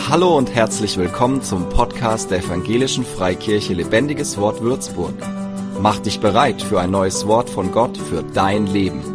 Hallo und herzlich willkommen zum Podcast der Evangelischen Freikirche Lebendiges Wort Würzburg. Mach dich bereit für ein neues Wort von Gott für dein Leben.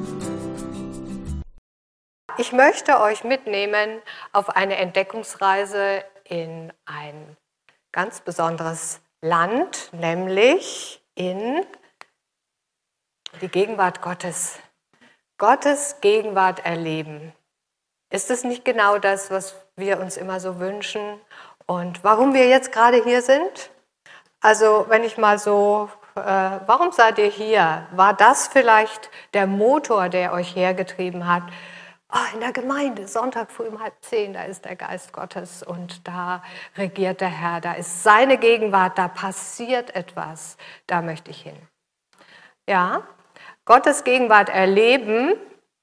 Ich möchte euch mitnehmen auf eine Entdeckungsreise in ein ganz besonderes Land, nämlich in die Gegenwart Gottes. Gottes Gegenwart erleben. Ist es nicht genau das, was wir uns immer so wünschen? Und warum wir jetzt gerade hier sind? Also wenn ich mal so, warum seid ihr hier? War das vielleicht der Motor, der euch hergetrieben hat? Oh, in der Gemeinde, Sonntag früh um 9:30, da ist der Geist Gottes und da regiert der Herr, da ist seine Gegenwart, da passiert etwas, da möchte ich hin. Ja, Gottes Gegenwart erleben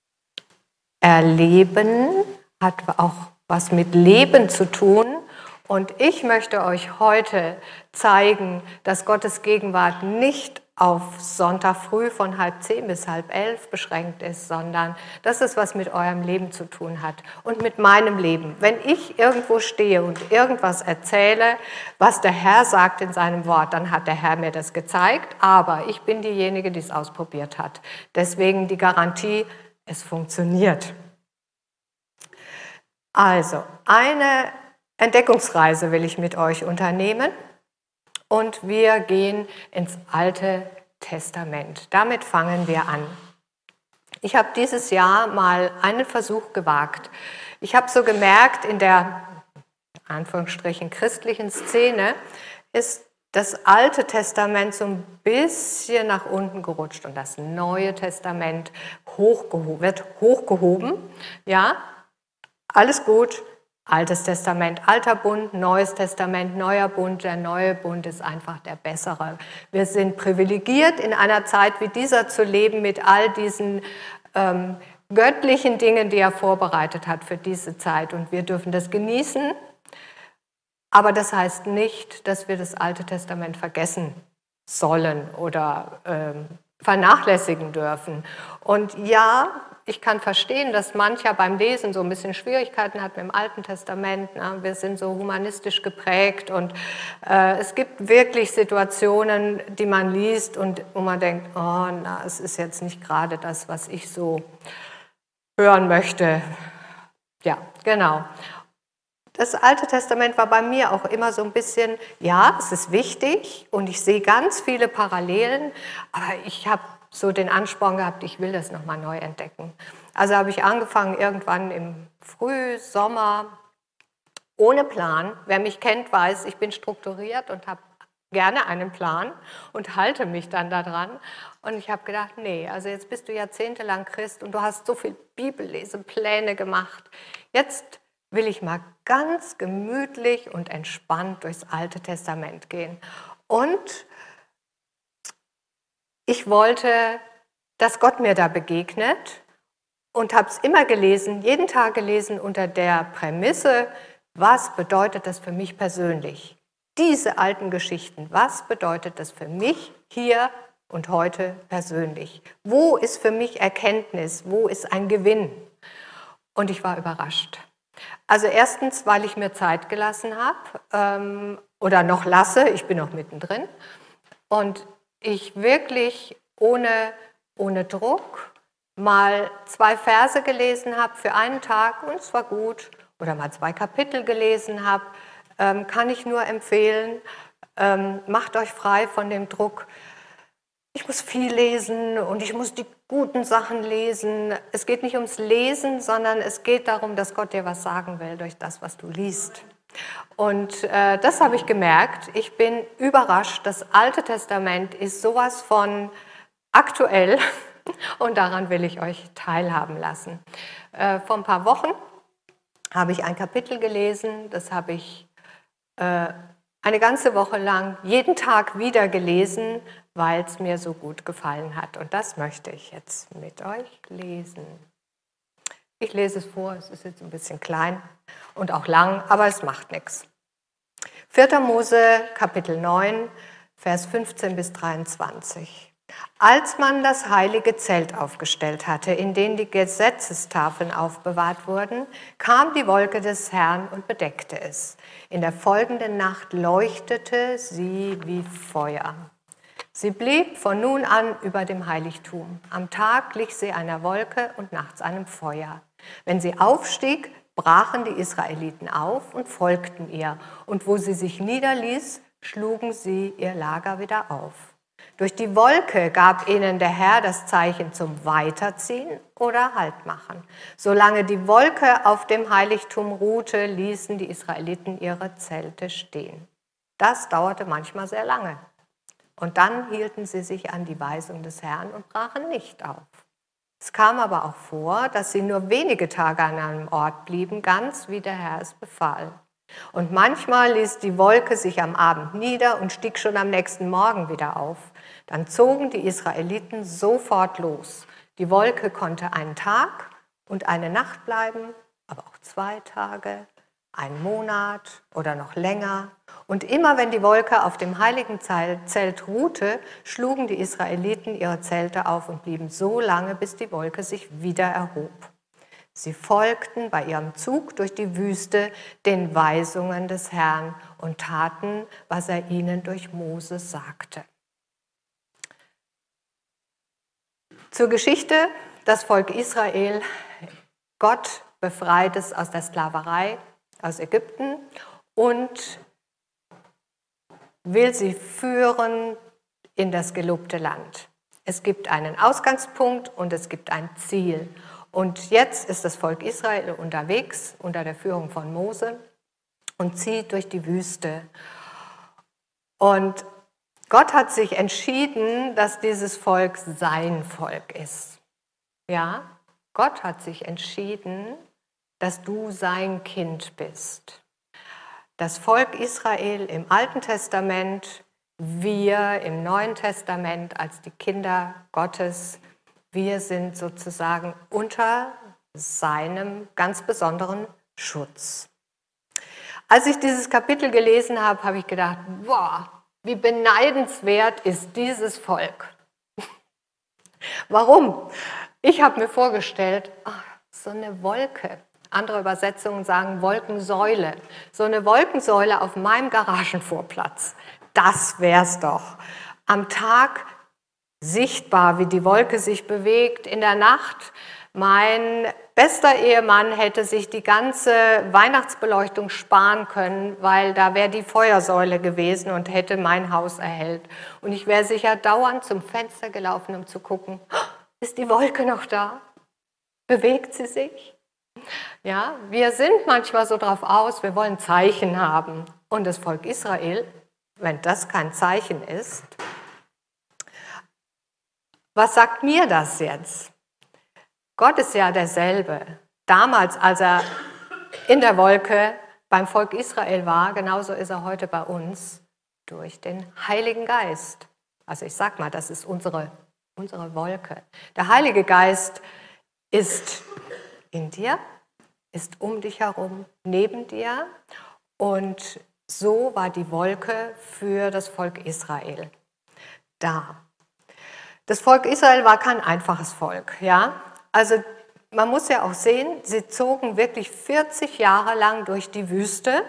hat auch was mit Leben zu tun. Und ich möchte euch heute zeigen, dass Gottes Gegenwart nicht auf Sonntag früh von 9:30 bis 10:30 beschränkt ist, sondern dass es was mit eurem Leben zu tun hat und mit meinem Leben. Wenn ich irgendwo stehe und irgendwas erzähle, was der Herr sagt in seinem Wort, dann hat der Herr mir das gezeigt, aber ich bin diejenige, die es ausprobiert hat. Deswegen die Garantie, es funktioniert. Also, eine Entdeckungsreise will ich mit euch unternehmen und wir gehen ins Alte Testament. Damit fangen wir an. Ich habe dieses Jahr mal einen Versuch gewagt. Ich habe so gemerkt, in der Anführungsstrichen christlichen Szene ist das Alte Testament so ein bisschen nach unten gerutscht und das Neue Testament wird hochgehoben. Ja, alles gut. Altes Testament, alter Bund, Neues Testament, neuer Bund. Der neue Bund ist einfach der bessere. Wir sind privilegiert, in einer Zeit wie dieser zu leben, mit all diesen göttlichen Dingen, die er vorbereitet hat für diese Zeit. Und wir dürfen das genießen. Aber das heißt nicht, dass wir das Alte Testament vergessen sollen oder vernachlässigen dürfen. Und ja, ich kann verstehen, dass mancher beim Lesen so ein bisschen Schwierigkeiten hat mit dem Alten Testament. Wir sind so humanistisch geprägt und es gibt wirklich Situationen, die man liest und wo man denkt, oh, na, es ist jetzt nicht gerade das, was ich so hören möchte. Ja, genau. Das Alte Testament war bei mir auch immer so ein bisschen, ja, es ist wichtig und ich sehe ganz viele Parallelen, aber ich habe so den Ansporn gehabt, ich will das nochmal neu entdecken. Also habe ich angefangen irgendwann im Frühsommer ohne Plan. Wer mich kennt, weiß, ich bin strukturiert und habe gerne einen Plan und halte mich dann daran. Und ich habe gedacht, nee, also jetzt bist du jahrzehntelang Christ und du hast so viel Bibellesepläne gemacht. Jetzt will ich mal ganz gemütlich und entspannt durchs Alte Testament gehen. Und ich wollte, dass Gott mir da begegnet und habe es immer gelesen, jeden Tag gelesen unter der Prämisse, was bedeutet das für mich persönlich? Diese alten Geschichten, was bedeutet das für mich hier und heute persönlich? Wo ist für mich Erkenntnis? Wo ist ein Gewinn? Und ich war überrascht. Also erstens, weil ich mir Zeit gelassen habe oder noch lasse, ich bin noch mittendrin und ich wirklich ohne Druck mal 2 Verse gelesen habe für einen Tag und es war gut oder mal 2 Kapitel gelesen habe, kann ich nur empfehlen, macht euch frei von dem Druck. Ich muss viel lesen und ich muss die guten Sachen lesen. Es geht nicht ums Lesen, sondern es geht darum, dass Gott dir was sagen will durch das, was du liest. Und das habe ich gemerkt. Ich bin überrascht. Das Alte Testament ist sowas von aktuell und daran will ich euch teilhaben lassen. Vor ein paar Wochen habe ich ein Kapitel gelesen. Das habe ich eine ganze Woche lang jeden Tag wieder gelesen, weil es mir so gut gefallen hat. Und das möchte ich jetzt mit euch lesen. Ich lese es vor, es ist jetzt ein bisschen klein und auch lang, aber es macht nichts. 4. Mose, Kapitel 9, Vers 15 bis 23. Als man das heilige Zelt aufgestellt hatte, in dem die Gesetzestafeln aufbewahrt wurden, kam die Wolke des Herrn und bedeckte es. In der folgenden Nacht leuchtete sie wie Feuer. Sie blieb von nun an über dem Heiligtum. Am Tag glich sie einer Wolke und nachts einem Feuer. Wenn sie aufstieg, brachen die Israeliten auf und folgten ihr. Und wo sie sich niederließ, schlugen sie ihr Lager wieder auf. Durch die Wolke gab ihnen der Herr das Zeichen zum Weiterziehen oder Haltmachen. Solange die Wolke auf dem Heiligtum ruhte, ließen die Israeliten ihre Zelte stehen. Das dauerte manchmal sehr lange. Und dann hielten sie sich an die Weisung des Herrn und brachen nicht auf. Es kam aber auch vor, dass sie nur wenige Tage an einem Ort blieben, ganz wie der Herr es befahl. Und manchmal ließ die Wolke sich am Abend nieder und stieg schon am nächsten Morgen wieder auf. Dann zogen die Israeliten sofort los. Die Wolke konnte einen Tag und eine Nacht bleiben, aber auch 2 Tage, einen Monat oder noch länger. Und immer wenn die Wolke auf dem heiligen Zelt ruhte, schlugen die Israeliten ihre Zelte auf und blieben so lange, bis die Wolke sich wieder erhob. Sie folgten bei ihrem Zug durch die Wüste den Weisungen des Herrn und taten, was er ihnen durch Mose sagte. Zur Geschichte: Das Volk Israel, Gott befreit es aus der Sklaverei aus Ägypten und will sie führen in das gelobte Land. Es gibt einen Ausgangspunkt und es gibt ein Ziel. Und jetzt ist das Volk Israel unterwegs unter der Führung von Mose und zieht durch die Wüste. Und Gott hat sich entschieden, dass dieses Volk sein Volk ist. Ja, Gott hat sich entschieden, dass du sein Kind bist. Das Volk Israel im Alten Testament, wir im Neuen Testament als die Kinder Gottes, wir sind sozusagen unter seinem ganz besonderen Schutz. Als ich dieses Kapitel gelesen habe, habe ich gedacht, wow, wie beneidenswert ist dieses Volk. Warum? Ich habe mir vorgestellt, so eine Wolke. Andere Übersetzungen sagen Wolkensäule. So eine Wolkensäule auf meinem Garagenvorplatz. Das wär's doch. Am Tag sichtbar, wie die Wolke sich bewegt. In der Nacht, mein bester Ehemann hätte sich die ganze Weihnachtsbeleuchtung sparen können, weil da wäre die Feuersäule gewesen und hätte mein Haus erhellt. Und ich wäre sicher dauernd zum Fenster gelaufen, um zu gucken, ist die Wolke noch da? Bewegt sie sich? Ja, wir sind manchmal so drauf aus, wir wollen Zeichen haben. Und das Volk Israel, wenn das kein Zeichen ist, was sagt mir das jetzt? Gott ist ja derselbe. Damals, als er in der Wolke beim Volk Israel war, genauso ist er heute bei uns durch den Heiligen Geist. Also ich sag mal, das ist unsere Wolke. Der Heilige Geist ist in dir, ist um dich herum, neben dir. Und so war die Wolke für das Volk Israel da. Das Volk Israel war kein einfaches Volk, ja. Also man muss ja auch sehen, sie zogen wirklich 40 Jahre lang durch die Wüste,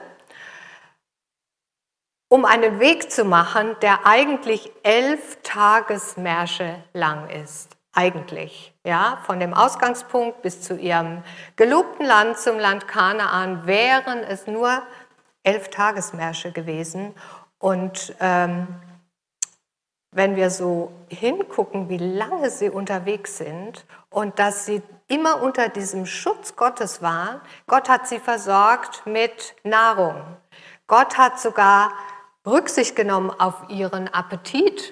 um einen Weg zu machen, der eigentlich 11 Tagesmärsche lang ist. Eigentlich, ja, von dem Ausgangspunkt bis zu ihrem gelobten Land, zum Land Kanaan, wären es nur 11 Tagesmärsche gewesen. Und wenn wir so hingucken, wie lange sie unterwegs sind und dass sie immer unter diesem Schutz Gottes waren, Gott hat sie versorgt mit Nahrung. Gott hat sogar Rücksicht genommen auf ihren Appetit.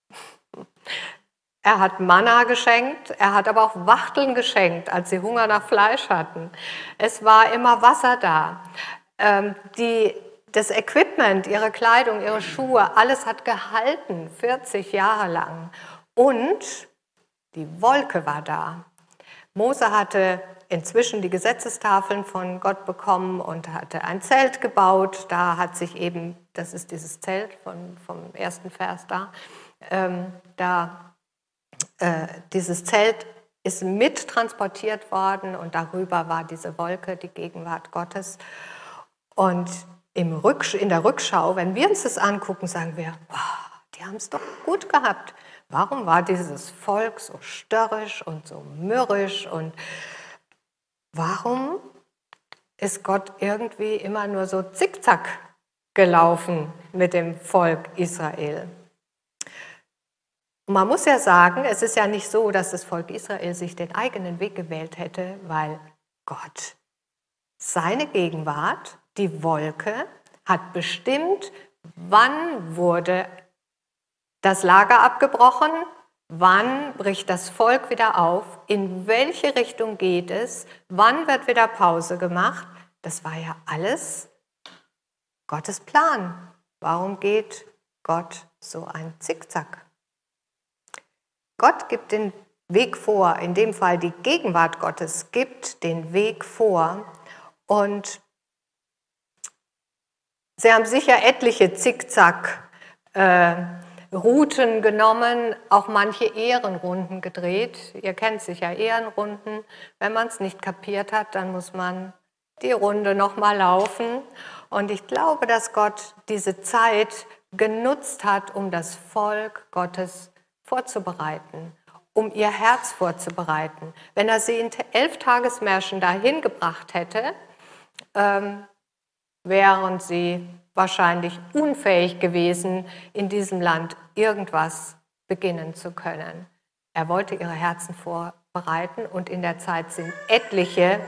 Er hat Manna geschenkt, er hat aber auch Wachteln geschenkt, als sie Hunger nach Fleisch hatten. Es war immer Wasser da. Das Equipment, ihre Kleidung, ihre Schuhe, alles hat gehalten, 40 Jahre lang. Und die Wolke war da. Mose hatte inzwischen die Gesetzestafeln von Gott bekommen und hatte ein Zelt gebaut. Da hat sich eben, das ist dieses Zelt vom ersten Vers da dieses Zelt ist mittransportiert worden und darüber war diese Wolke, die Gegenwart Gottes. Und in der Rückschau, wenn wir uns das angucken, sagen wir, wow, die haben es doch gut gehabt. Warum war dieses Volk so störrisch und so mürrisch und warum ist Gott irgendwie immer nur so zickzack gelaufen mit dem Volk Israel? Und man muss ja sagen, es ist ja nicht so, dass das Volk Israel sich den eigenen Weg gewählt hätte, weil Gott seine Gegenwart, die Wolke, hat bestimmt, wann wurde das Lager abgebrochen, wann bricht das Volk wieder auf, in welche Richtung geht es, wann wird wieder Pause gemacht. Das war ja alles Gottes Plan. Warum geht Gott so ein Zickzack? Gott gibt den Weg vor, in dem Fall die Gegenwart Gottes gibt den Weg vor. Und Sie haben sicher etliche Zickzack-Routen genommen, auch manche Ehrenrunden gedreht. Ihr kennt sicher Ehrenrunden. Wenn man es nicht kapiert hat, dann muss man die Runde nochmal laufen. Und ich glaube, dass Gott diese Zeit genutzt hat, um das Volk Gottes vorzubereiten, um ihr Herz vorzubereiten. Wenn er sie in 11 Tagesmärschen dahin gebracht hätte, wären sie wahrscheinlich unfähig gewesen, in diesem Land irgendwas beginnen zu können. Er wollte ihre Herzen vorbereiten und in der Zeit sind etliche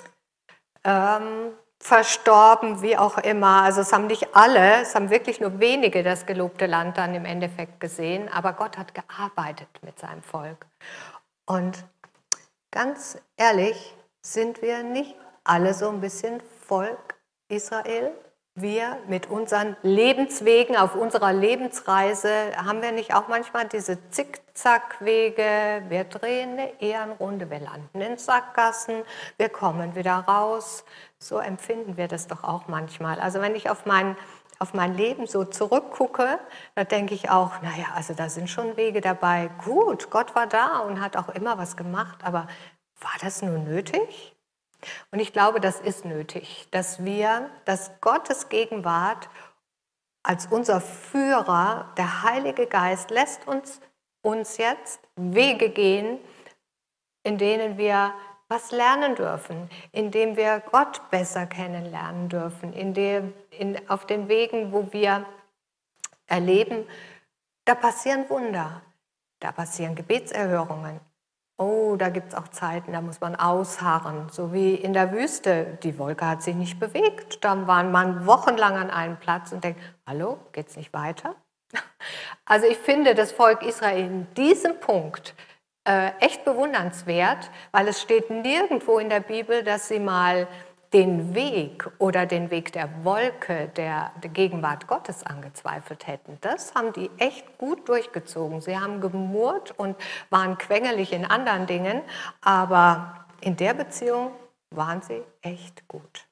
verstorben, wie auch immer. Also es haben nicht alle, es haben wirklich nur wenige das gelobte Land dann im Endeffekt gesehen, aber Gott hat gearbeitet mit seinem Volk. Und ganz ehrlich, sind wir nicht alle so ein bisschen Volk Israel? Wir mit unseren Lebenswegen auf unserer Lebensreise, haben wir nicht auch manchmal diese Zickzackwege? Wir drehen eine Ehrenrunde, wir landen in Sackgassen, wir kommen wieder raus. So empfinden wir das doch auch manchmal. Also wenn ich auf mein Leben so zurückgucke, da denke ich auch, naja, also da sind schon Wege dabei. Gut, Gott war da und hat auch immer was gemacht, aber war das nur nötig? Und ich glaube, das ist nötig, dass Gottes Gegenwart als unser Führer, der Heilige Geist, lässt uns jetzt Wege gehen, in denen wir was lernen dürfen, in denen wir Gott besser kennenlernen dürfen, auf den Wegen, wo wir erleben, da passieren Wunder, da passieren Gebetserhörungen. Oh, da gibt es auch Zeiten, da muss man ausharren, so wie in der Wüste. Die Wolke hat sich nicht bewegt. Da war man wochenlang an einem Platz und denkt, hallo, geht's nicht weiter? Also ich finde das Volk Israel in diesem Punkt echt bewundernswert, weil es steht nirgendwo in der Bibel, dass sie mal den Weg oder den Weg der Wolke, der Gegenwart Gottes angezweifelt hätten. Das haben die echt gut durchgezogen. Sie haben gemurrt und waren quengelig in anderen Dingen, aber in der Beziehung waren sie echt gut.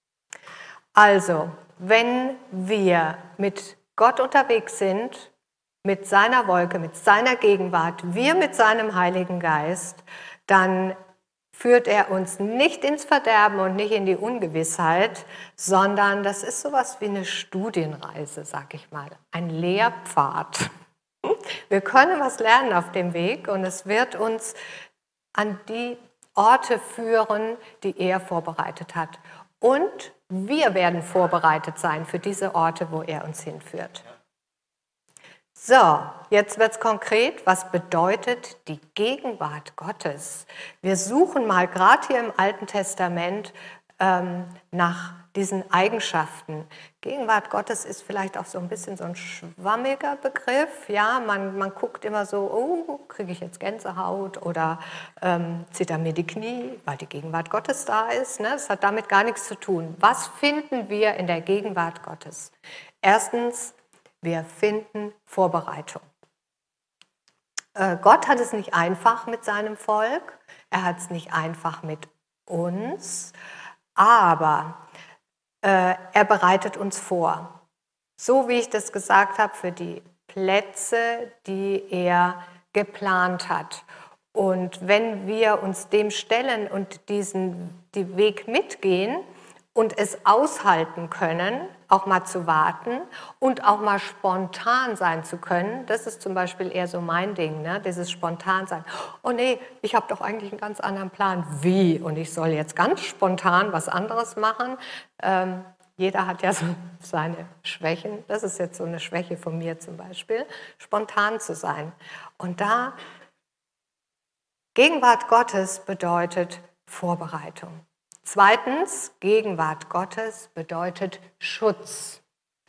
Also, wenn wir mit Gott unterwegs sind, mit seiner Wolke, mit seiner Gegenwart, wir mit seinem Heiligen Geist, dann führt er uns nicht ins Verderben und nicht in die Ungewissheit, sondern das ist sowas wie eine Studienreise, sag ich mal, ein Lehrpfad. Wir können was lernen auf dem Weg und es wird uns an die Orte führen, die er vorbereitet hat. Und wir werden vorbereitet sein für diese Orte, wo er uns hinführt. So, jetzt wird es konkret. Was bedeutet die Gegenwart Gottes? Wir suchen mal gerade hier im Alten Testament nach diesen Eigenschaften. Gegenwart Gottes ist vielleicht auch so ein bisschen so ein schwammiger Begriff. Ja, man guckt immer so, oh, kriege ich jetzt Gänsehaut oder zittern mir die Knie, weil die Gegenwart Gottes da ist. Ne? Das hat damit gar nichts zu tun. Was finden wir in der Gegenwart Gottes? Erstens, wir finden Vorbereitung. Gott hat es nicht einfach mit seinem Volk, er hat es nicht einfach mit uns, aber er bereitet uns vor. So wie ich das gesagt habe, für die Plätze, die er geplant hat. Und wenn wir uns dem stellen und den Weg mitgehen und es aushalten können, auch mal zu warten und auch mal spontan sein zu können, das ist zum Beispiel eher so mein Ding, ne? Dieses Spontansein. Oh nee, ich habe doch eigentlich einen ganz anderen Plan. Wie? Und ich soll jetzt ganz spontan was anderes machen? Jeder hat ja so seine Schwächen. Das ist jetzt so eine Schwäche von mir zum Beispiel, spontan zu sein. Und da Gegenwart Gottes bedeutet Vorbereitung. Zweitens, Gegenwart Gottes bedeutet Schutz.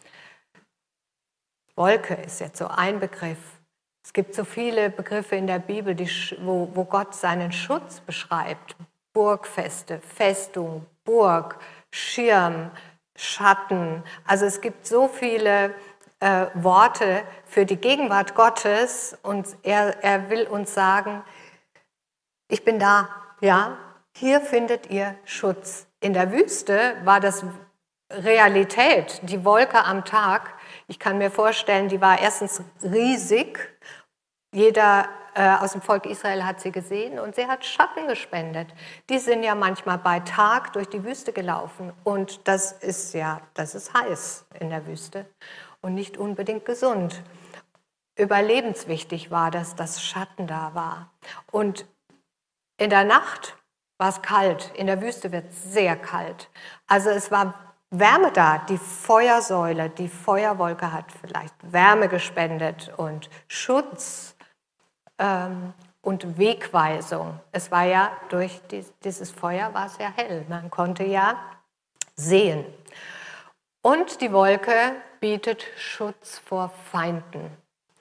Wolke ist jetzt so ein Begriff. Es gibt so viele Begriffe in der Bibel, wo Gott seinen Schutz beschreibt. Burgfeste, Festung, Burg, Schirm, Schatten. Also es gibt so viele Worte für die Gegenwart Gottes und er will uns sagen, ich bin da, ja, hier findet ihr Schutz. In der Wüste war das Realität, die Wolke am Tag. Ich kann mir vorstellen, die war erstens riesig. Jeder aus dem Volk Israel hat sie gesehen und sie hat Schatten gespendet. Die sind ja manchmal bei Tag durch die Wüste gelaufen und das ist heiß in der Wüste und nicht unbedingt gesund. Überlebenswichtig war, dass das Schatten da war. Und in der Nacht war es kalt, in der Wüste wird es sehr kalt. Also es war Wärme da, die Feuersäule, die Feuerwolke hat vielleicht Wärme gespendet und Schutz und Wegweisung. Es war ja durch dieses Feuer war es ja hell, man konnte ja sehen. Und die Wolke bietet Schutz vor Feinden.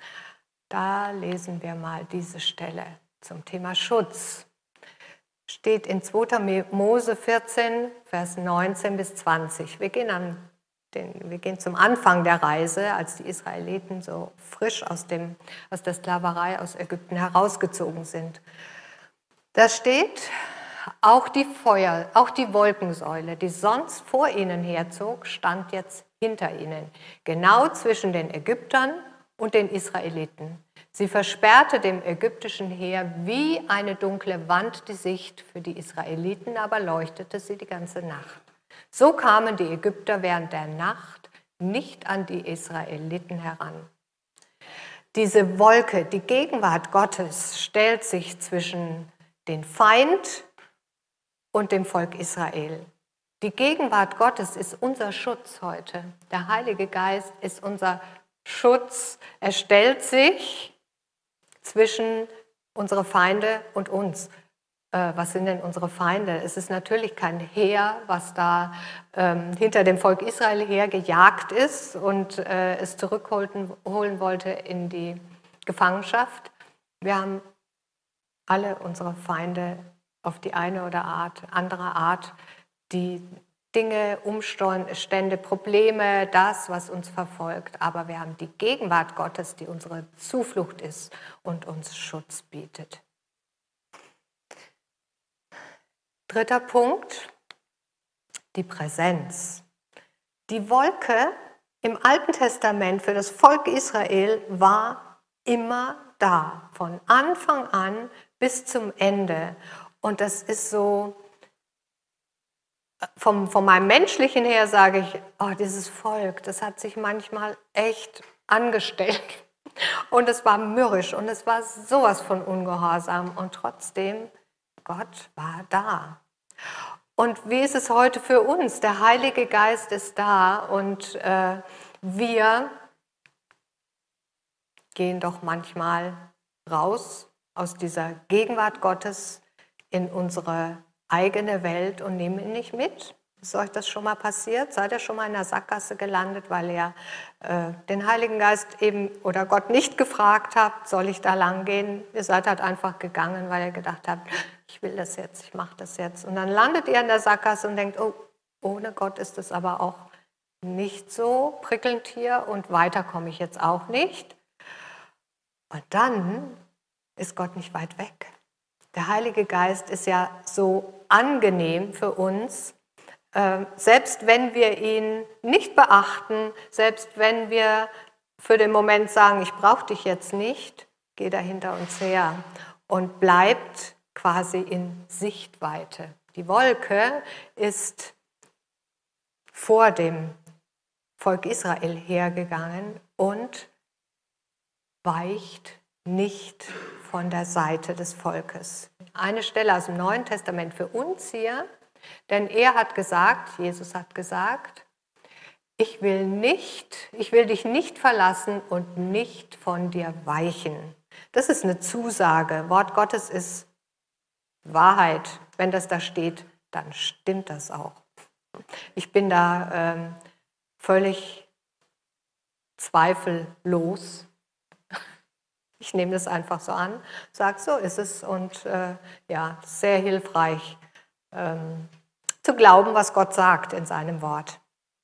Da lesen wir mal diese Stelle zum Thema Schutz. Steht in 2. Mose 14, Vers 19 bis 20. Wir gehen zum Anfang der Reise, als die Israeliten so frisch aus der Sklaverei aus Ägypten herausgezogen sind. Da steht, auch die Wolkensäule, die sonst vor ihnen herzog, stand jetzt hinter ihnen, genau zwischen den Ägyptern und den Israeliten. Sie versperrte dem ägyptischen Heer wie eine dunkle Wand die Sicht, für die Israeliten aber leuchtete sie die ganze Nacht. So kamen die Ägypter während der Nacht nicht an die Israeliten heran. Diese Wolke, die Gegenwart Gottes, stellt sich zwischen den Feind und dem Volk Israel. Die Gegenwart Gottes ist unser Schutz heute. Der Heilige Geist ist unser Schutz. Er stellt sich zwischen unsere Feinde und uns. Was sind denn unsere Feinde? Es ist natürlich kein Heer, was da hinter dem Volk Israel hergejagt ist und es zurückholen wollte in die Gefangenschaft. Wir haben alle unsere Feinde auf die eine oder andere Art, die Dinge, Umstände, Probleme, das, was uns verfolgt. Aber wir haben die Gegenwart Gottes, die unsere Zuflucht ist und uns Schutz bietet. 3. Punkt, die Präsenz. Die Wolke im Alten Testament für das Volk Israel war immer da, von Anfang an bis zum Ende. Und das ist so, von meinem Menschlichen her sage ich, oh, dieses Volk, das hat sich manchmal echt angestellt. Und es war mürrisch und es war sowas von ungehorsam. Und trotzdem, Gott war da. Und wie ist es heute für uns? Der Heilige Geist ist da und wir gehen doch manchmal raus aus dieser Gegenwart Gottes in unsere eigene Welt und nehmen ihn nicht mit. Ist euch das schon mal passiert? Seid ihr schon mal in der Sackgasse gelandet, weil ihr den Heiligen Geist eben oder Gott nicht gefragt habt, soll ich da lang gehen? Ihr seid halt einfach gegangen, weil ihr gedacht habt, ich will das jetzt, ich mache das jetzt. Und dann landet ihr in der Sackgasse und denkt, oh, ohne Gott ist es aber auch nicht so prickelnd hier und weiter komme ich jetzt auch nicht. Und dann ist Gott nicht weit weg. Der Heilige Geist ist ja so angenehm für uns, selbst wenn wir ihn nicht beachten, selbst wenn wir für den Moment sagen, ich brauche dich jetzt nicht, geht er hinter uns her und bleibt quasi in Sichtweite. Die Wolke ist vor dem Volk Israel hergegangen und weicht nicht von der Seite des Volkes. Eine Stelle aus dem Neuen Testament für uns hier, denn er hat gesagt, Jesus hat gesagt, ich will dich nicht verlassen und nicht von dir weichen. Das ist eine Zusage. Wort Gottes ist Wahrheit. Wenn das da steht, dann stimmt das auch. Ich bin da völlig zweifellos. Ich nehme das einfach so an, sage, so ist es und ja, sehr hilfreich zu glauben, was Gott sagt in seinem Wort.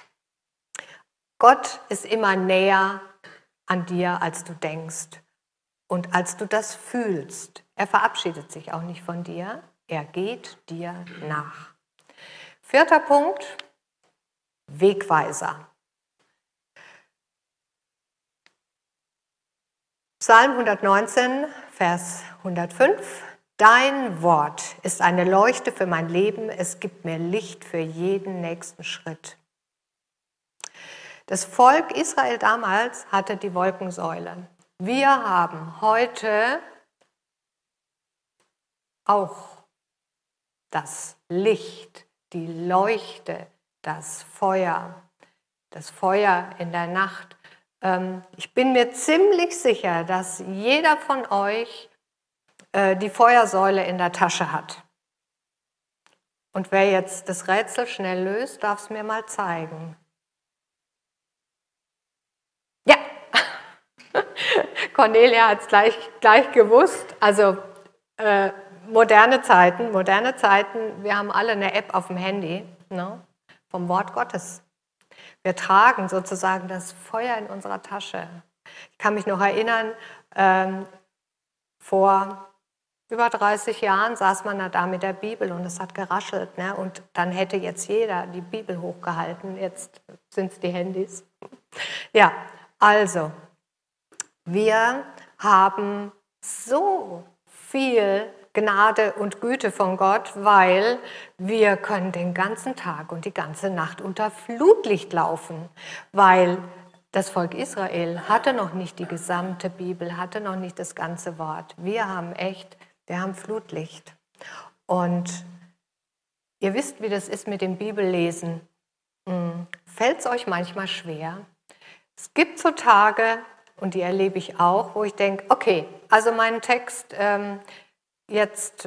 Gott ist immer näher an dir, als du denkst und als du das fühlst. Er verabschiedet sich auch nicht von dir, er geht dir nach. 4. Punkt, Wegweiser. Psalm 119, Vers 105. Dein Wort ist eine Leuchte für mein Leben, es gibt mir Licht für jeden nächsten Schritt. Das Volk Israel damals hatte die Wolkensäule. Wir haben heute auch das Licht, die Leuchte, das Feuer in der Nacht. Ich bin mir ziemlich sicher, dass jeder von euch die Feuersäule in der Tasche hat. Und wer jetzt das Rätsel schnell löst, darf es mir mal zeigen. Ja, Cornelia hat es gleich gewusst. Also moderne Zeiten, wir haben alle eine App auf dem Handy, ne, vom Wort Gottes. Wir tragen sozusagen das Feuer in unserer Tasche. Ich kann mich noch erinnern, vor über 30 Jahren saß man da mit der Bibel und es hat geraschelt. Ne? Und dann hätte jetzt jeder die Bibel hochgehalten. Jetzt sind es die Handys. Ja, also, wir haben so viel Gnade und Güte von Gott, weil wir können den ganzen Tag und die ganze Nacht unter Flutlicht laufen, weil das Volk Israel hatte noch nicht die gesamte Bibel, hatte noch nicht das ganze Wort. Wir haben Flutlicht. Und ihr wisst, wie das ist mit dem Bibellesen. Fällt es euch manchmal schwer? Es gibt so Tage, und die erlebe ich auch, wo ich denke, okay, also meinen Text, jetzt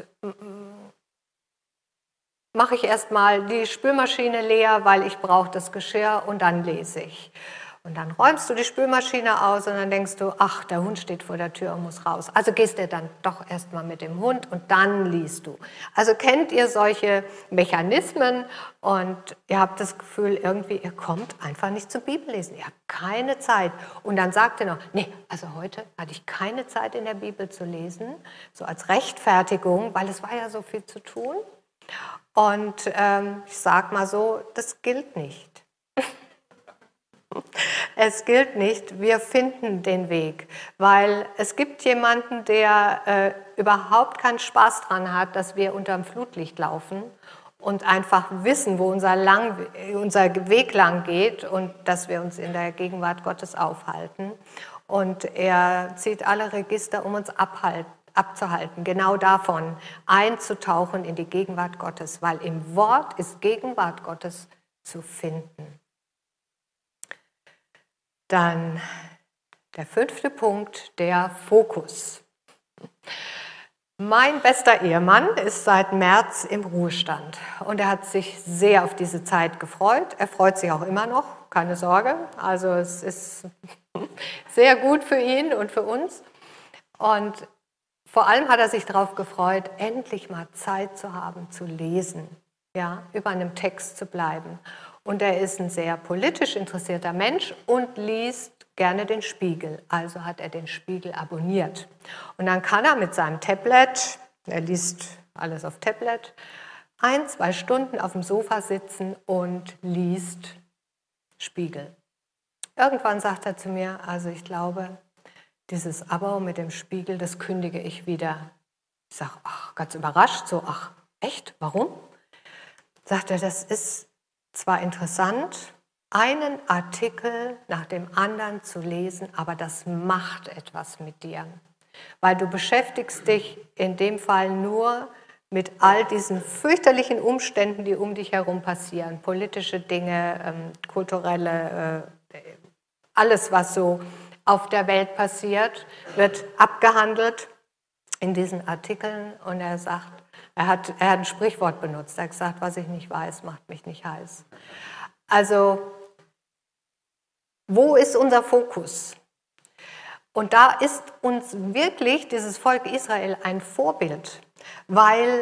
mache ich erstmal die Spülmaschine leer, weil ich brauche das Geschirr und dann lese ich. Und dann räumst du die Spülmaschine aus und dann denkst du, ach, der Hund steht vor der Tür und muss raus. Also gehst du dann doch erstmal mit dem Hund und dann liest du. Also kennt ihr solche Mechanismen und ihr habt das Gefühl, irgendwie, ihr kommt einfach nicht zum Bibellesen. Ihr habt keine Zeit. Und dann sagt ihr noch, nee, also heute hatte ich keine Zeit in der Bibel zu lesen, so als Rechtfertigung, weil es war ja so viel zu tun. Und ich sage mal so, das gilt nicht. Es gilt nicht, wir finden den Weg, weil es gibt jemanden, der überhaupt keinen Spaß dran hat, dass wir unterm Flutlicht laufen und einfach wissen, wo unser Weg lang geht und dass wir uns in der Gegenwart Gottes aufhalten. Und er zieht alle Register, um uns abzuhalten, genau davon einzutauchen in die Gegenwart Gottes, weil im Wort ist Gegenwart Gottes zu finden. Dann der 5. Punkt, der Fokus. Mein bester Ehemann ist seit März im Ruhestand und er hat sich sehr auf diese Zeit gefreut. Er freut sich auch immer noch, keine Sorge. Also es ist sehr gut für ihn und für uns. Und vor allem hat er sich darauf gefreut, endlich mal Zeit zu haben, zu lesen, ja, über einem Text zu bleiben. Und er ist ein sehr politisch interessierter Mensch und liest gerne den Spiegel. Also hat er den Spiegel abonniert. Und dann kann er mit seinem Tablet, er liest alles auf Tablet, 1-2 Stunden auf dem Sofa sitzen und liest Spiegel. Irgendwann sagt er zu mir, also ich glaube, dieses Abo mit dem Spiegel, das kündige ich wieder. Ich sage, ach, ganz überrascht, so, ach, echt, warum? Sagt er, das ist zwar interessant, einen Artikel nach dem anderen zu lesen, aber das macht etwas mit dir. Weil du beschäftigst dich in dem Fall nur mit all diesen fürchterlichen Umständen, die um dich herum passieren. Politische Dinge, kulturelle, alles, was so auf der Welt passiert, wird abgehandelt in diesen Artikeln. Und er sagt, er hat ein Sprichwort benutzt. Er hat gesagt, was ich nicht weiß, macht mich nicht heiß. Also, wo ist unser Fokus? Und da ist uns wirklich dieses Volk Israel ein Vorbild, weil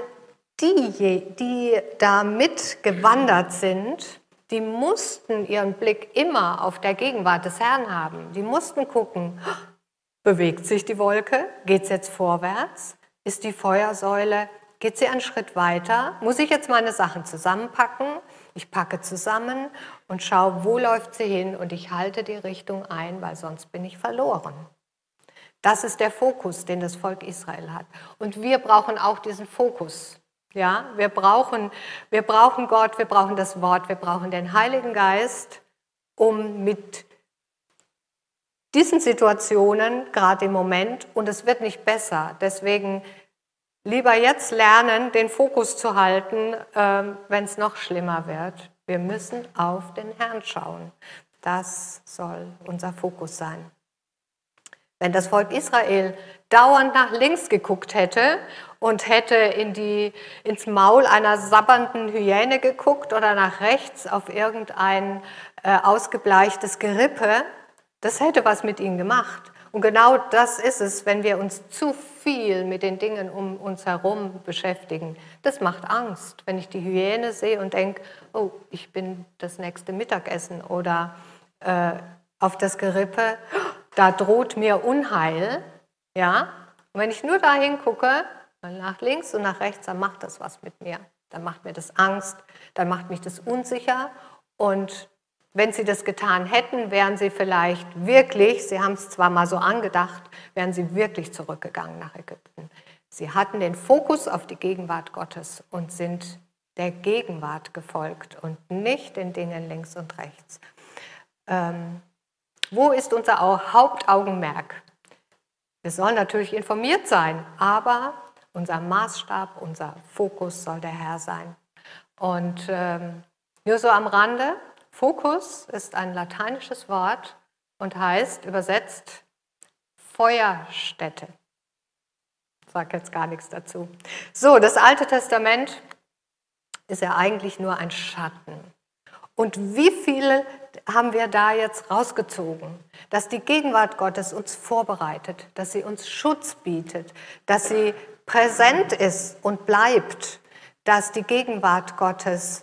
die da mitgewandert sind, die mussten ihren Blick immer auf der Gegenwart des Herrn haben. Die mussten gucken, bewegt sich die Wolke? Geht es jetzt vorwärts? Ist die Feuersäule, geht sie einen Schritt weiter? Muss ich jetzt meine Sachen zusammenpacken? Ich packe zusammen und schaue, wo läuft sie hin, und ich halte die Richtung ein, weil sonst bin ich verloren. Das ist der Fokus, den das Volk Israel hat. Und wir brauchen auch diesen Fokus. Ja, wir brauchen Gott, wir brauchen das Wort, wir brauchen den Heiligen Geist, um mit diesen Situationen, gerade im Moment, und es wird nicht besser, deswegen lieber jetzt lernen, den Fokus zu halten, wenn es noch schlimmer wird. Wir müssen auf den Herrn schauen. Das soll unser Fokus sein. Wenn das Volk Israel dauernd nach links geguckt hätte und hätte ins Maul einer sabbernden Hyäne geguckt oder nach rechts auf irgendein ausgebleichtes Gerippe, das hätte was mit ihnen gemacht. Und genau das ist es, wenn wir uns zu viel mit den Dingen um uns herum beschäftigen. Das macht Angst, wenn ich die Hyäne sehe und denke, oh, ich bin das nächste Mittagessen, oder auf das Gerippe, da droht mir Unheil. Ja? Und wenn ich nur dahin gucke, nach links und nach rechts, dann macht das was mit mir. Dann macht mir das Angst, dann macht mich das unsicher. Und wenn sie das getan hätten, wären sie vielleicht wirklich, sie haben es zwar mal so angedacht, wären sie wirklich zurückgegangen nach Ägypten. Sie hatten den Fokus auf die Gegenwart Gottes und sind der Gegenwart gefolgt und nicht den Dingen links und rechts. Wo ist unser Hauptaugenmerk? Wir sollen natürlich informiert sein, aber unser Maßstab, unser Fokus soll der Herr sein. Und nur so am Rande, Fokus ist ein lateinisches Wort und heißt übersetzt Feuerstätte. Ich sage jetzt gar nichts dazu. So, das Alte Testament ist ja eigentlich nur ein Schatten. Und wie viele haben wir da jetzt rausgezogen? Dass die Gegenwart Gottes uns vorbereitet, dass sie uns Schutz bietet, dass sie präsent ist und bleibt, dass die Gegenwart Gottes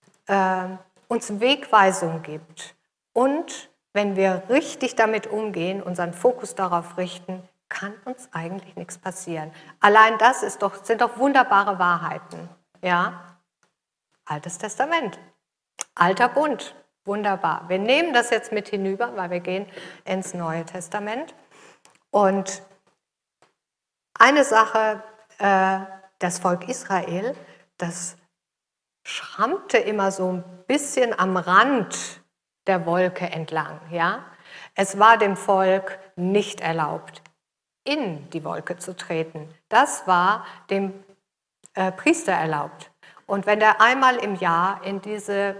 uns Wegweisung gibt. Und wenn wir richtig damit umgehen, unseren Fokus darauf richten, kann uns eigentlich nichts passieren. Allein das sind doch wunderbare Wahrheiten. Ja? Altes Testament. Alter Bund, wunderbar. Wir nehmen das jetzt mit hinüber, weil wir gehen ins Neue Testament. Und eine Sache, das Volk Israel, das schrammte immer so ein bisschen am Rand der Wolke entlang. Ja? Es war dem Volk nicht erlaubt, in die Wolke zu treten. Das war dem Priester erlaubt. Und wenn er einmal im Jahr in diese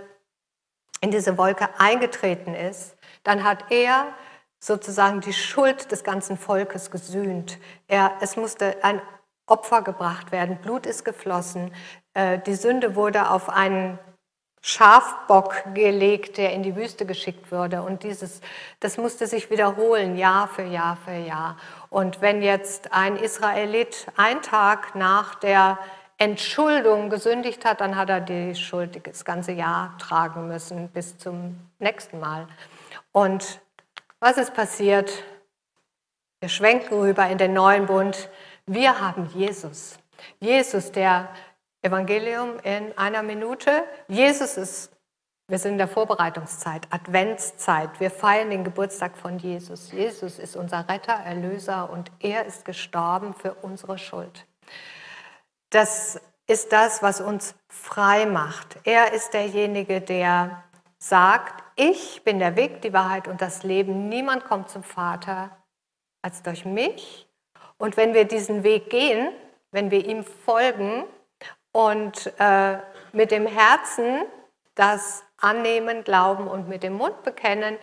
Wolke eingetreten ist, dann hat er sozusagen die Schuld des ganzen Volkes gesühnt. Es musste ein Opfer gebracht werden, Blut ist geflossen, die Sünde wurde auf einen Schafbock gelegt, der in die Wüste geschickt wurde. Und das musste sich wiederholen, Jahr für Jahr für Jahr. Und wenn jetzt ein Israelit einen Tag nach der Entschuldung gesündigt hat, dann hat er die Schuld das ganze Jahr tragen müssen, bis zum nächsten Mal. Und was ist passiert? Wir schwenken rüber in den neuen Bund. Wir haben Jesus. Jesus, der Evangelium in einer Minute. Jesus ist Wir sind in der Vorbereitungszeit, Adventszeit. Wir feiern den Geburtstag von Jesus. Jesus ist unser Retter, Erlöser und er ist gestorben für unsere Schuld. Das ist das, was uns frei macht. Er ist derjenige, der sagt, ich bin der Weg, die Wahrheit und das Leben. Niemand kommt zum Vater als durch mich. Und wenn wir diesen Weg gehen, wenn wir ihm folgen und mit dem Herzen das annehmen, glauben und mit dem Mund bekennen,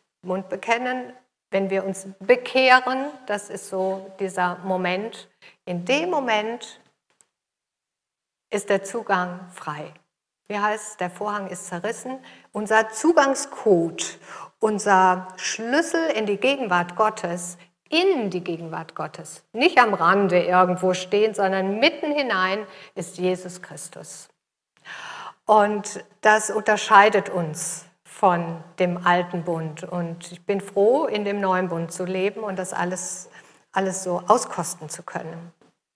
wenn wir uns bekehren, das ist so dieser Moment, in dem Moment ist der Zugang frei. Wie heißt, der Vorhang ist zerrissen. Unser Zugangscode, unser Schlüssel in die Gegenwart Gottes, in die Gegenwart Gottes, nicht am Rande irgendwo stehen, sondern mitten hinein ist Jesus Christus. Und das unterscheidet uns von dem alten Bund. Und ich bin froh, in dem neuen Bund zu leben und das alles so auskosten zu können.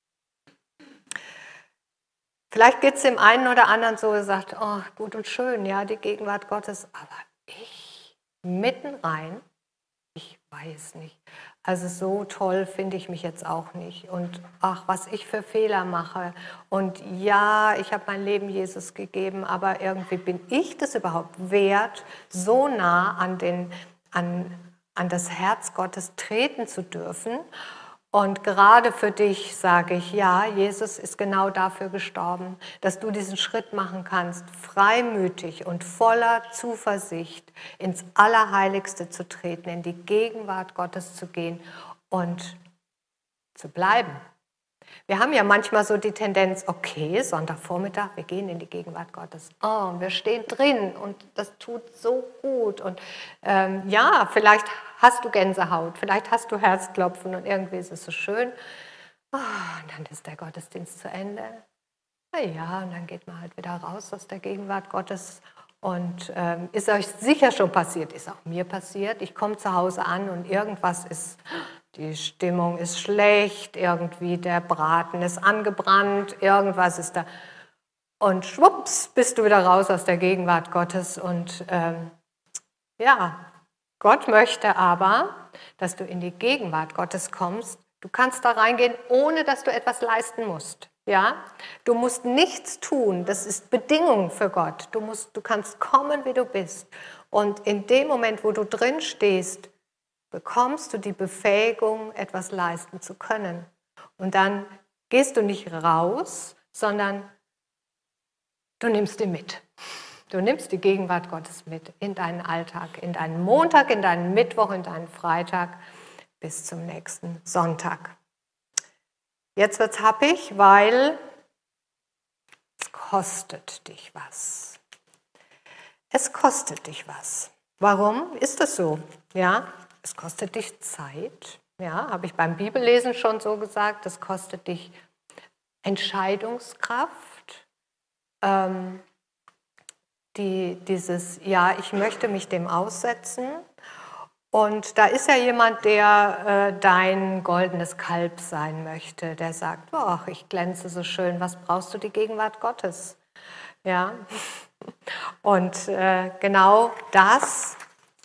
Vielleicht geht es dem einen oder anderen so, er sagt, oh, gut und schön, ja, die Gegenwart Gottes, aber ich mitten rein, ich weiß nicht. Also so toll finde ich mich jetzt auch nicht. Und ach, was ich für Fehler mache. Und ja, ich habe mein Leben Jesus gegeben, aber irgendwie bin ich das überhaupt wert, so nah an das Herz Gottes treten zu dürfen. Und gerade für dich sage ich, ja, Jesus ist genau dafür gestorben, dass du diesen Schritt machen kannst, freimütig und voller Zuversicht ins Allerheiligste zu treten, in die Gegenwart Gottes zu gehen und zu bleiben. Wir haben ja manchmal so die Tendenz, okay, Sonntagvormittag, wir gehen in die Gegenwart Gottes. Oh, und wir stehen drin und das tut so gut. Und ja, vielleicht hast du Gänsehaut, vielleicht hast du Herzklopfen und irgendwie ist es so schön. Oh, und dann ist der Gottesdienst zu Ende. Na ja, und dann geht man halt wieder raus aus der Gegenwart Gottes. Und ist euch sicher schon passiert, ist auch mir passiert. Ich komme zu Hause an und irgendwas ist, die Stimmung ist schlecht, irgendwie der Braten ist angebrannt, irgendwas ist da. Und schwupps, bist du wieder raus aus der Gegenwart Gottes. Und ja, Gott möchte aber, dass du in die Gegenwart Gottes kommst. Du kannst da reingehen, ohne dass du etwas leisten musst. Ja? Du musst nichts tun, das ist Bedingung für Gott. Du kannst kommen, wie du bist. Und in dem Moment, wo du drin stehst, bekommst du die Befähigung, etwas leisten zu können. Und dann gehst du nicht raus, sondern du nimmst ihn mit. Du nimmst die Gegenwart Gottes mit in deinen Alltag, in deinen Montag, in deinen Mittwoch, in deinen Freitag bis zum nächsten Sonntag. Jetzt wird's happig, weil es kostet dich was. Es kostet dich was. Warum ist das so? Ja, es kostet dich Zeit. Ja, habe ich beim Bibellesen schon so gesagt. Es kostet dich Entscheidungskraft. Ja, ich möchte mich dem aussetzen. Und da ist ja jemand, der dein goldenes Kalb sein möchte, der sagt, oh, ich glänze so schön, was brauchst du die Gegenwart Gottes? Ja. Und genau das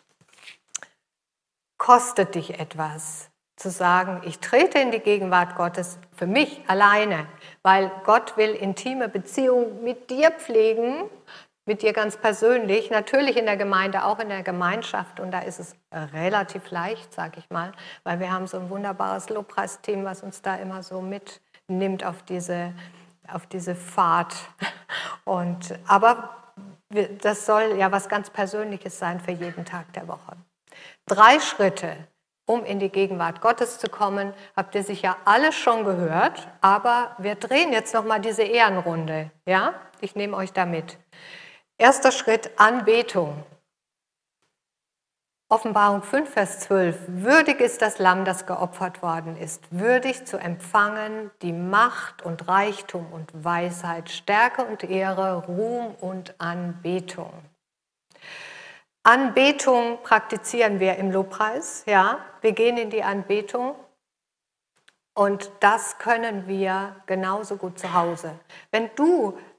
kostet dich etwas, zu sagen, ich trete in die Gegenwart Gottes für mich alleine, weil Gott will intime Beziehungen mit dir pflegen, mit dir ganz persönlich, natürlich in der Gemeinde, auch in der Gemeinschaft. Und da ist es relativ leicht, sage ich mal, weil wir haben so ein wunderbares Lobpreisteam, was uns da immer so mitnimmt auf diese Fahrt. Aber das soll ja was ganz Persönliches sein für jeden Tag der Woche. 3 Schritte, um in die Gegenwart Gottes zu kommen, habt ihr sicher alle schon gehört, aber wir drehen jetzt nochmal diese Ehrenrunde. Ja? Ich nehme euch da mit. Erster Schritt, Anbetung. Offenbarung 5, Vers 12. Würdig ist das Lamm, das geopfert worden ist, würdig zu empfangen die Macht und Reichtum und Weisheit, Stärke und Ehre, Ruhm und Anbetung. Anbetung praktizieren wir im Lobpreis, ja. Wir gehen in die Anbetung und das können wir genauso gut zu Hause. Wenn du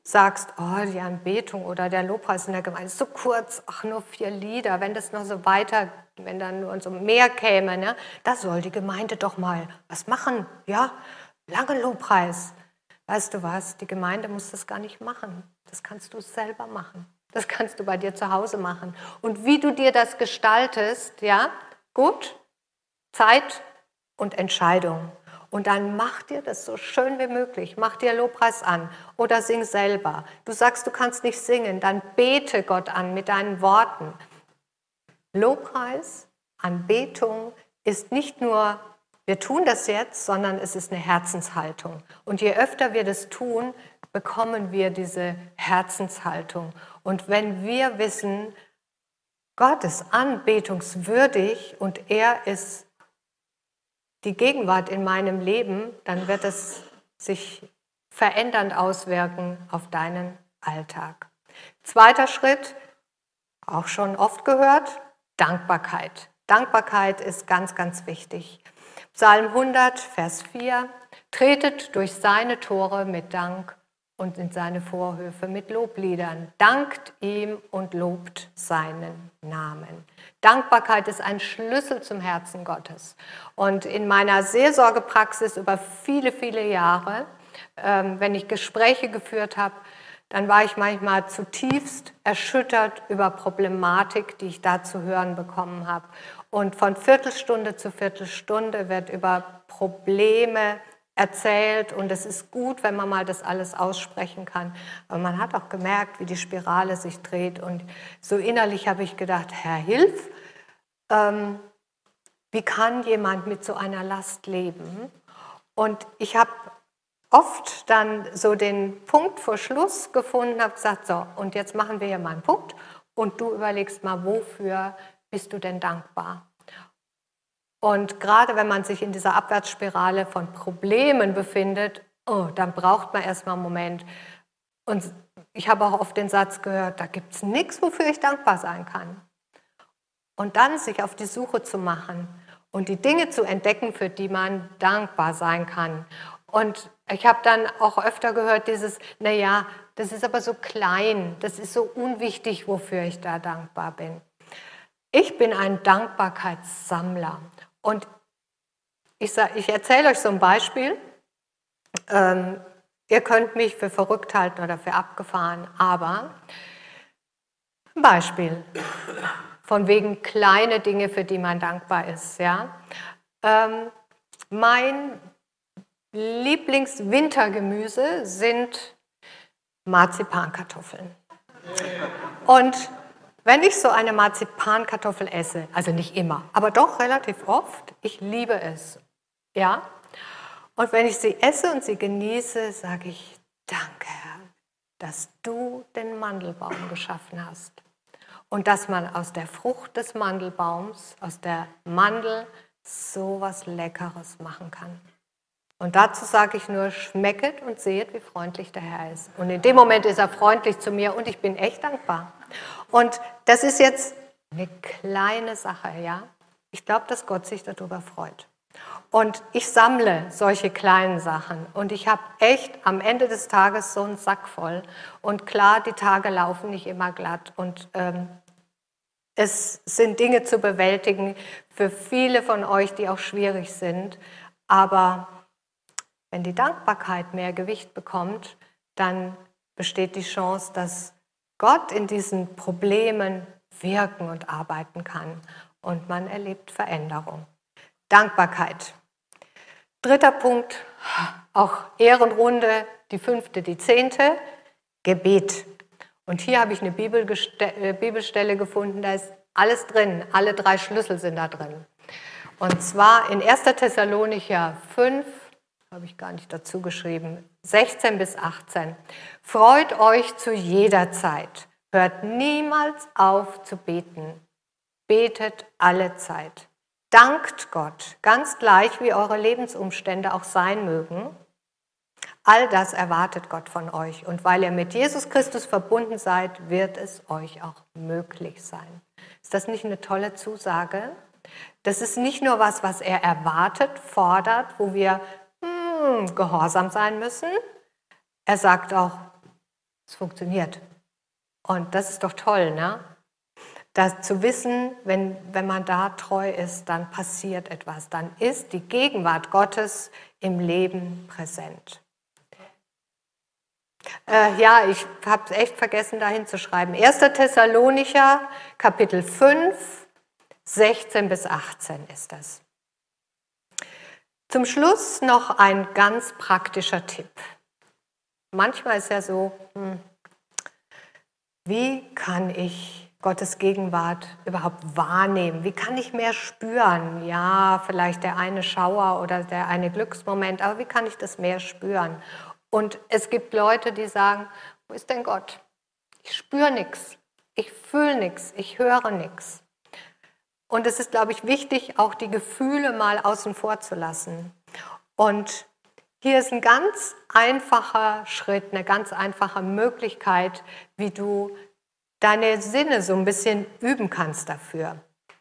sagst, oh, die Anbetung oder der Lobpreis in der Gemeinde ist so kurz, ach, nur 4 Lieder, wenn das noch so weiter, wenn dann nur so mehr käme, ne, da soll die Gemeinde doch mal was machen, ja, lange Lobpreis. Weißt du was, die Gemeinde muss das gar nicht machen, das kannst du selber machen, das kannst du bei dir zu Hause machen. Und wie du dir das gestaltest, ja, gut, Zeit und Entscheidung. Und dann mach dir das so schön wie möglich. Mach dir Lobpreis an oder sing selber. Du sagst, du kannst nicht singen, dann bete Gott an mit deinen Worten. Lobpreis, Anbetung ist nicht nur, wir tun das jetzt, sondern es ist eine Herzenshaltung. Und je öfter wir das tun, bekommen wir diese Herzenshaltung. Und wenn wir wissen, Gott ist anbetungswürdig und er ist die Gegenwart in meinem Leben, dann wird es sich verändernd auswirken auf deinen Alltag. Zweiter Schritt, auch schon oft gehört, Dankbarkeit. Dankbarkeit ist ganz, ganz wichtig. Psalm 100, Vers 4, tretet durch seine Tore mit Dank und in seine Vorhöfe mit Lobliedern. Dankt ihm und lobt seinen Namen. Dankbarkeit ist ein Schlüssel zum Herzen Gottes. Und in meiner Seelsorgepraxis über viele, viele Jahre, wenn ich Gespräche geführt habe, dann war ich manchmal zutiefst erschüttert über Problematik, die ich da zu hören bekommen habe. Und von Viertelstunde zu Viertelstunde wird über Probleme erzählt und es ist gut, wenn man mal das alles aussprechen kann. Aber man hat auch gemerkt, wie die Spirale sich dreht und so innerlich habe ich gedacht, Herr, hilf, wie kann jemand mit so einer Last leben? Und ich habe oft dann so den Punkt vor Schluss gefunden, habe gesagt, so, und jetzt machen wir hier mal einen Punkt und du überlegst mal, wofür bist du denn dankbar? Und gerade wenn man sich in dieser Abwärtsspirale von Problemen befindet, dann braucht man erstmal einen Moment. Und ich habe auch oft den Satz gehört, da gibt es nichts, wofür ich dankbar sein kann. Und dann sich auf die Suche zu machen und die Dinge zu entdecken, für die man dankbar sein kann. Und ich habe dann auch öfter gehört, naja, das ist aber so klein, das ist so unwichtig, wofür ich da dankbar bin. Ich bin ein Dankbarkeitssammler. Und ich erzähle euch so ein Beispiel. Ihr könnt mich für verrückt halten oder für abgefahren, aber ein Beispiel von wegen kleine Dinge, für die man dankbar ist. Ja? Mein Lieblingswintergemüse sind Marzipankartoffeln. Und wenn ich so eine Marzipankartoffel esse, also nicht immer, aber doch relativ oft, ich liebe es, ja. Und wenn ich sie esse und sie genieße, sage ich, danke Herr, dass du den Mandelbaum geschaffen hast. Und dass man aus der Frucht des Mandelbaums, aus der Mandel, so was Leckeres machen kann. Und dazu sage ich nur, schmecket und sehet, wie freundlich der Herr ist. Und in dem Moment ist er freundlich zu mir und ich bin echt dankbar. Und das ist jetzt eine kleine Sache, ja. Ich glaube, dass Gott sich darüber freut. Und ich sammle solche kleinen Sachen. Und ich habe echt am Ende des Tages so einen Sack voll. Und klar, die Tage laufen nicht immer glatt. Und es sind Dinge zu bewältigen für viele von euch, die auch schwierig sind. Aber wenn die Dankbarkeit mehr Gewicht bekommt, dann besteht die Chance, dass Gott in diesen Problemen wirken und arbeiten kann. Und man erlebt Veränderung. Dankbarkeit. Dritter Punkt, auch Ehrenrunde, die 5., die 10., Gebet. Und hier habe ich eine Bibelstelle gefunden, da ist alles drin, alle 3 Schlüssel sind da drin. Und zwar in 1. Thessalonicher 5, habe ich gar nicht dazu geschrieben, 16 bis 18. Freut euch zu jeder Zeit, hört niemals auf zu beten, betet alle Zeit. Dankt Gott, ganz gleich wie eure Lebensumstände auch sein mögen. All das erwartet Gott von euch. Und weil ihr mit Jesus Christus verbunden seid, wird es euch auch möglich sein. Ist das nicht eine tolle Zusage? Das ist nicht nur was er erwartet, fordert, wo wir gehorsam sein müssen. Er sagt auch, Es funktioniert. Und das ist doch toll, ne? Das zu wissen, wenn man da treu ist, dann passiert etwas. Dann ist die Gegenwart Gottes im Leben präsent. Ich habe es echt vergessen, da hinzuschreiben. 1. Thessalonicher, Kapitel 5, 16 bis 18 ist das. Zum Schluss noch ein ganz praktischer Tipp. Manchmal ist ja so, wie kann ich Gottes Gegenwart überhaupt wahrnehmen? Wie kann ich mehr spüren? Ja, vielleicht der eine Schauer oder der eine Glücksmoment, aber wie kann ich das mehr spüren? Und es gibt Leute, die sagen, wo ist denn Gott? Ich spüre nichts, ich fühle nichts, ich höre nichts. Und es ist, glaube ich, wichtig, auch die Gefühle mal außen vor zu lassen. Und hier ist ein ganz einfacher Schritt, eine ganz einfache Möglichkeit, wie du deine Sinne so ein bisschen üben kannst dafür.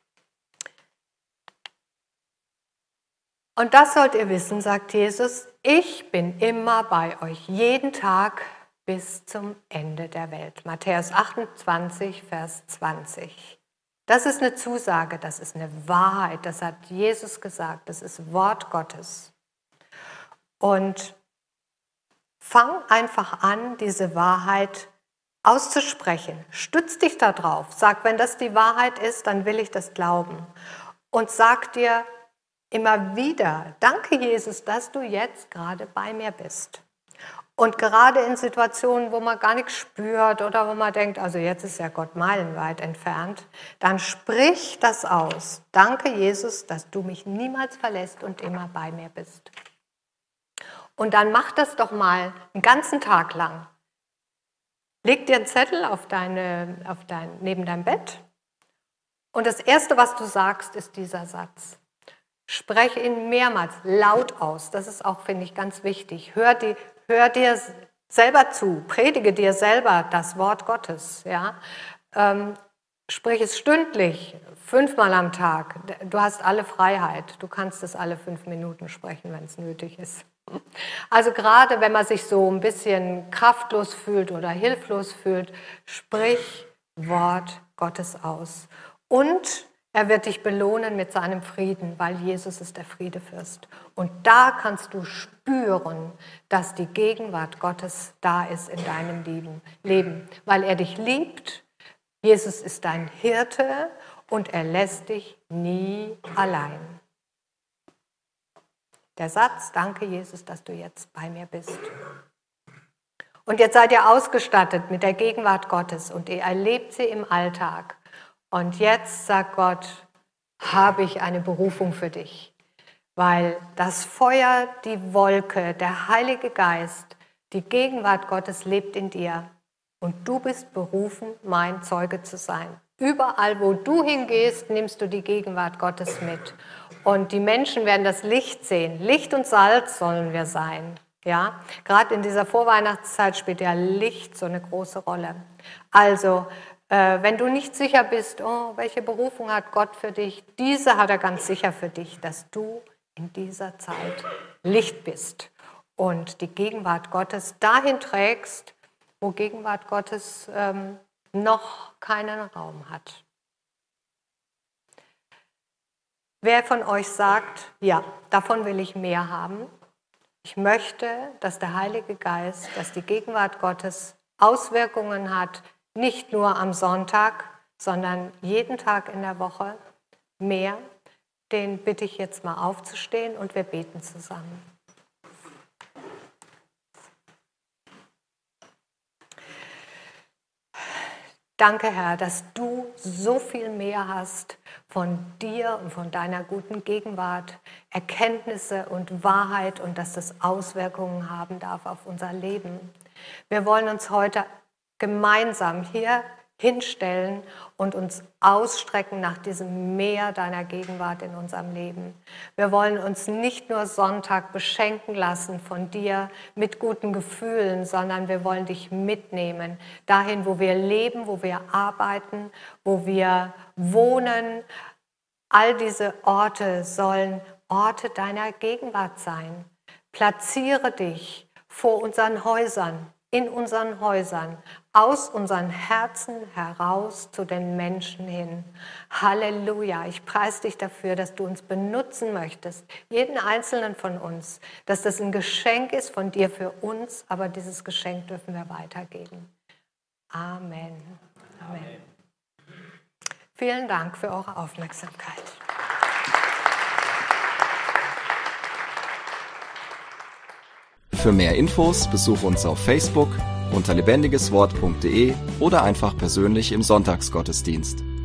Und das sollt ihr wissen, sagt Jesus, ich bin immer bei euch, jeden Tag bis zum Ende der Welt. Matthäus 28, Vers 20. Das ist eine Zusage, das ist eine Wahrheit, das hat Jesus gesagt, das ist Wort Gottes. Und fang einfach an, diese Wahrheit auszusprechen. Stütz dich da drauf. Sag, wenn das die Wahrheit ist, dann will ich das glauben. Und sag dir immer wieder, danke Jesus, dass du jetzt gerade bei mir bist. Und gerade in Situationen, wo man gar nichts spürt oder wo man denkt, also jetzt ist ja Gott meilenweit entfernt, dann sprich das aus. Danke Jesus, dass du mich niemals verlässt und immer bei mir bist. Und dann mach das doch mal einen ganzen Tag lang. Leg dir einen Zettel neben dein Bett und das Erste, was du sagst, ist dieser Satz. Spreche ihn mehrmals laut aus. Das ist auch, finde ich, ganz wichtig. Hör dir selber zu. Predige dir selber das Wort Gottes. Ja? Sprich es stündlich, 5-mal am Tag. Du hast alle Freiheit. Du kannst es alle 5 Minuten sprechen, wenn es nötig ist. Also gerade wenn man sich so ein bisschen kraftlos fühlt oder hilflos fühlt, sprich Wort Gottes aus. Und er wird dich belohnen mit seinem Frieden, weil Jesus ist der Friedefürst. Und da kannst du spüren, dass die Gegenwart Gottes da ist in deinem Leben, weil er dich liebt. Jesus ist dein Hirte und er lässt dich nie allein. Der Satz, danke Jesus, dass du jetzt bei mir bist. Und jetzt seid ihr ausgestattet mit der Gegenwart Gottes und ihr erlebt sie im Alltag. Und jetzt sagt Gott, habe ich eine Berufung für dich. Weil das Feuer, die Wolke, der Heilige Geist, die Gegenwart Gottes lebt in dir. Und du bist berufen, mein Zeuge zu sein. Überall, wo du hingehst, nimmst du die Gegenwart Gottes mit. Und die Menschen werden das Licht sehen. Licht und Salz sollen wir sein. Ja? Gerade in dieser Vorweihnachtszeit spielt ja Licht so eine große Rolle. Also, wenn du nicht sicher bist, welche Berufung hat Gott für dich, diese hat er ganz sicher für dich, dass du in dieser Zeit Licht bist und die Gegenwart Gottes dahin trägst, wo Gegenwart Gottes noch keinen Raum hat. Wer von euch sagt, ja, davon will ich mehr haben, ich möchte, dass der Heilige Geist, dass die Gegenwart Gottes Auswirkungen hat, nicht nur am Sonntag, sondern jeden Tag in der Woche mehr, den bitte ich jetzt mal aufzustehen und wir beten zusammen. Danke, Herr, dass du so viel mehr hast von dir und von deiner guten Gegenwart, Erkenntnisse und Wahrheit und dass das Auswirkungen haben darf auf unser Leben. Wir wollen uns heute gemeinsam hier hinstellen und uns ausstrecken nach diesem Meer deiner Gegenwart in unserem Leben. Wir wollen uns nicht nur Sonntag beschenken lassen von dir mit guten Gefühlen, sondern wir wollen dich mitnehmen, dahin, wo wir leben, wo wir arbeiten, wo wir wohnen. All diese Orte sollen Orte deiner Gegenwart sein. Platziere dich vor unseren Häusern, in unseren Häusern, aus unseren Herzen heraus zu den Menschen hin. Halleluja, ich preise dich dafür, dass du uns benutzen möchtest, jeden einzelnen von uns, dass das ein Geschenk ist von dir für uns, aber dieses Geschenk dürfen wir weitergeben. Amen. Amen. Vielen Dank für eure Aufmerksamkeit. Für mehr Infos besuche uns auf Facebook unter lebendigeswort.de oder einfach persönlich im Sonntagsgottesdienst.